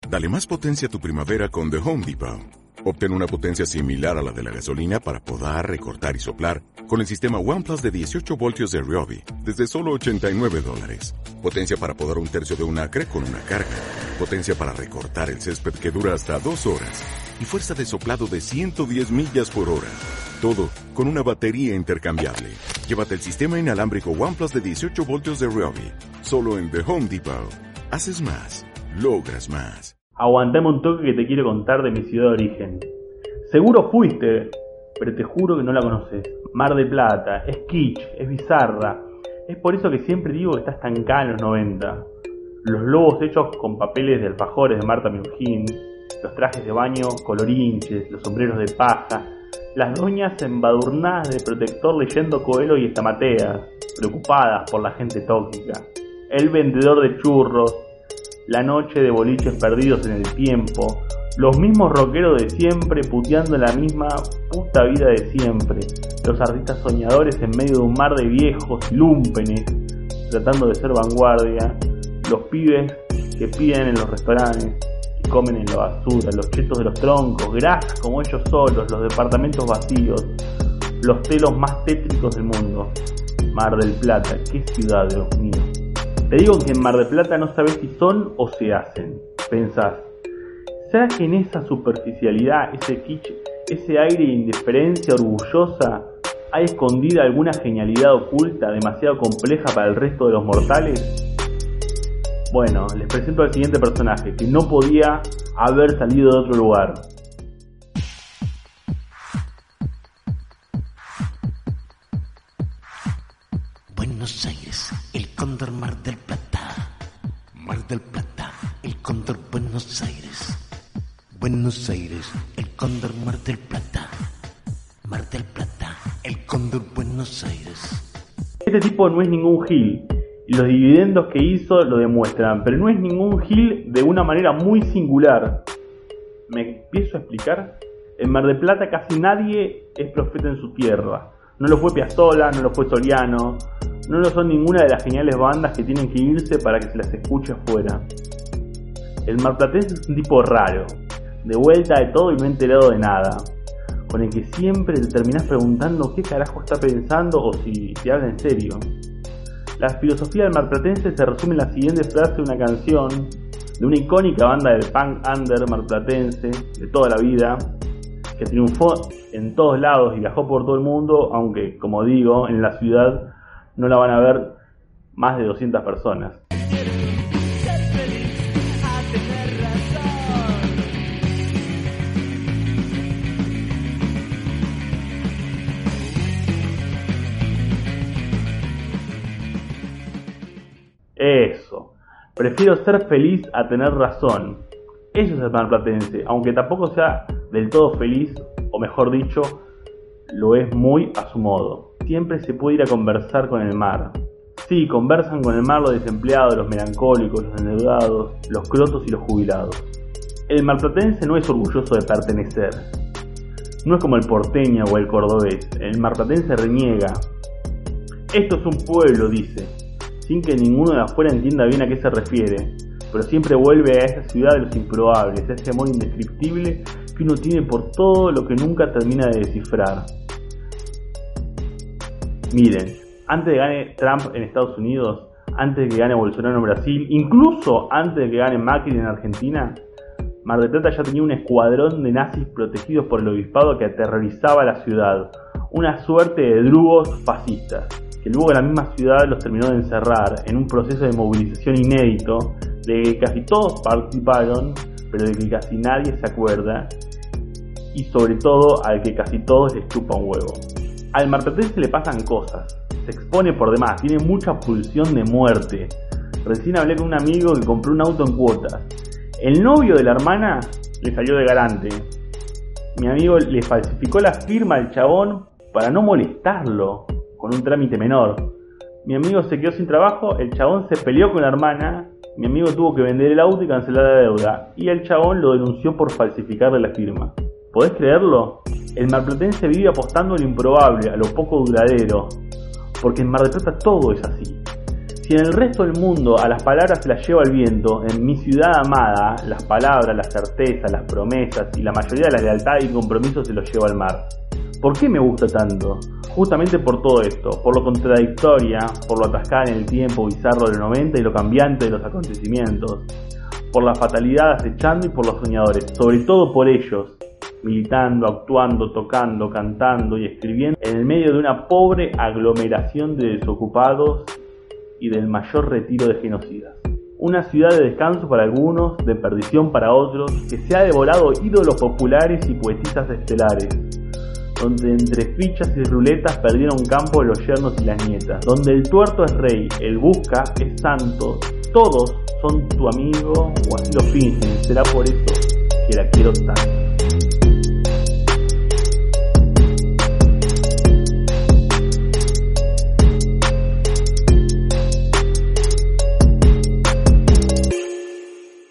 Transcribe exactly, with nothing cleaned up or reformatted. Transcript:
Dale más potencia a tu primavera con The Home Depot. Obtén una potencia similar a la de la gasolina para podar, recortar y soplar con el sistema OnePlus de dieciocho voltios de Ryobi desde solo ochenta y nueve dólares. Potencia para podar un tercio de un acre con una carga. Potencia para recortar el césped que dura hasta dos horas. Y fuerza de soplado de ciento diez millas por hora. Todo con una batería intercambiable. Llévate el sistema inalámbrico OnePlus de dieciocho voltios de Ryobi. Solo en The Home Depot. Haces más. Logras más. Aguantame un toque que te quiero contar de mi ciudad de origen. Seguro fuiste, pero te juro que no la conoces. Mar del Plata, es kitsch, es bizarra. Es por eso que siempre digo que está estancada en los noventa. Los logos hechos con papeles de alfajores de Marta Minujín, los trajes de baño colorinches, los sombreros de paja, las doñas embadurnadas de protector leyendo Coelho y Estamateas, preocupadas por la gente tóxica, el vendedor de churros, la noche de boliches perdidos en el tiempo, los mismos rockeros de siempre puteando la misma puta vida de siempre, los artistas soñadores en medio de un mar de viejos lúmpenes tratando de ser vanguardia, los pibes que piden en los restaurantes y comen en la basura, los chetos de los troncos, grasas como ellos solos, los departamentos vacíos, los telos más tétricos del mundo. Mar del Plata, qué ciudad, Dios mío. Te digo que en Mar del Plata no sabes si son o se hacen. Pensás, ¿será que en esa superficialidad, ese kitsch, ese aire de indiferencia orgullosa, hay escondida alguna genialidad oculta demasiado compleja para el resto de los mortales? Bueno, les presento al siguiente personaje, que no podía haber salido de otro lugar. Buenos Aires, el cóndor Mar del Plata. Mar del Plata, el cóndor Buenos Aires. Buenos Aires, el cóndor Mar del Plata. Mar del Plata, el cóndor Buenos Aires. Este tipo no es ningún gil, y los dividendos que hizo lo demuestran, pero no es ningún gil de una manera muy singular. ¿Me empiezo a explicar? En Mar del Plata casi nadie es profeta en su tierra. No lo fue Piazzolla, no lo fue Soriano, no lo son ninguna de las geniales bandas que tienen que irse para que se las escuche afuera. El marplatense es un tipo raro, de vuelta de todo y no enterado de nada, con el que siempre te terminás preguntando qué carajo está pensando o si te habla en serio. La filosofía del marplatense se resume en la siguiente frase de una canción de una icónica banda del punk under marplatense de toda la vida, que triunfó en todos lados y viajó por todo el mundo, aunque, como digo, en la ciudad no la van a ver más de doscientas personas. Eso, prefiero ser feliz a tener razón. Eso es el marplatense, aunque tampoco sea del todo feliz, o mejor dicho, lo es muy a su modo. Siempre se puede ir a conversar con el mar. Sí, conversan con el mar los desempleados, los melancólicos, los endeudados, los crotos y los jubilados. El marplatense no es orgulloso de pertenecer. No es como el porteño o el cordobés. El marplatense reniega. Esto es un pueblo, dice, sin que ninguno de afuera entienda bien a qué se refiere, pero siempre vuelve a esa ciudad de los improbables, a ese amor indescriptible que uno tiene por todo lo que nunca termina de descifrar. Miren, antes de que gane Trump en Estados Unidos, antes de que gane Bolsonaro en Brasil, incluso antes de que gane Macri en Argentina, Mar del Plata ya tenía un escuadrón de nazis protegidos por el obispado que aterrorizaba la ciudad, una suerte de drugos fascistas, que luego la misma ciudad los terminó de encerrar en un proceso de movilización inédito, de que casi todos participaron, pero de que casi nadie se acuerda, y sobre todo al que casi todos les chupa un huevo. Al marplatense le pasan cosas, se expone por demás, tiene mucha pulsión de muerte. Recién hablé con un amigo que compró un auto en cuotas. El novio de la hermana le salió de garante. Mi amigo le falsificó la firma al chabón para no molestarlo con un trámite menor. Mi amigo se quedó sin trabajo, el chabón se peleó con la hermana, mi amigo tuvo que vender el auto y cancelar la deuda, y el chabón lo denunció por falsificarle la firma. ¿Podés creerlo? El marplatense vive apostando a lo improbable, a lo poco duradero, porque en Mar del Plata todo es así. si en el resto del mundo a las palabras se las lleva el viento, en mi ciudad amada, las palabras, la certeza, las promesas y la mayoría de la lealtad y compromisos se los lleva al mar. ¿Por qué me gusta tanto? Justamente por todo esto, por lo contradictoria, por lo atascada en el tiempo bizarro del noventa y lo cambiante de los acontecimientos, por la fatalidad acechando y por los soñadores, sobre todo por ellos, militando, actuando, tocando, cantando y escribiendo en el medio de una pobre aglomeración de desocupados y del mayor retiro de genocidas. Una ciudad de descanso para algunos, de perdición para otros, que se ha devorado ídolos populares y poetisas estelares, donde entre fichas y ruletas perdieron campo los yernos y las nietas, donde el tuerto es rey, el busca es santo, todos son tu amigo o así lo fingen, será por eso que la quiero tanto.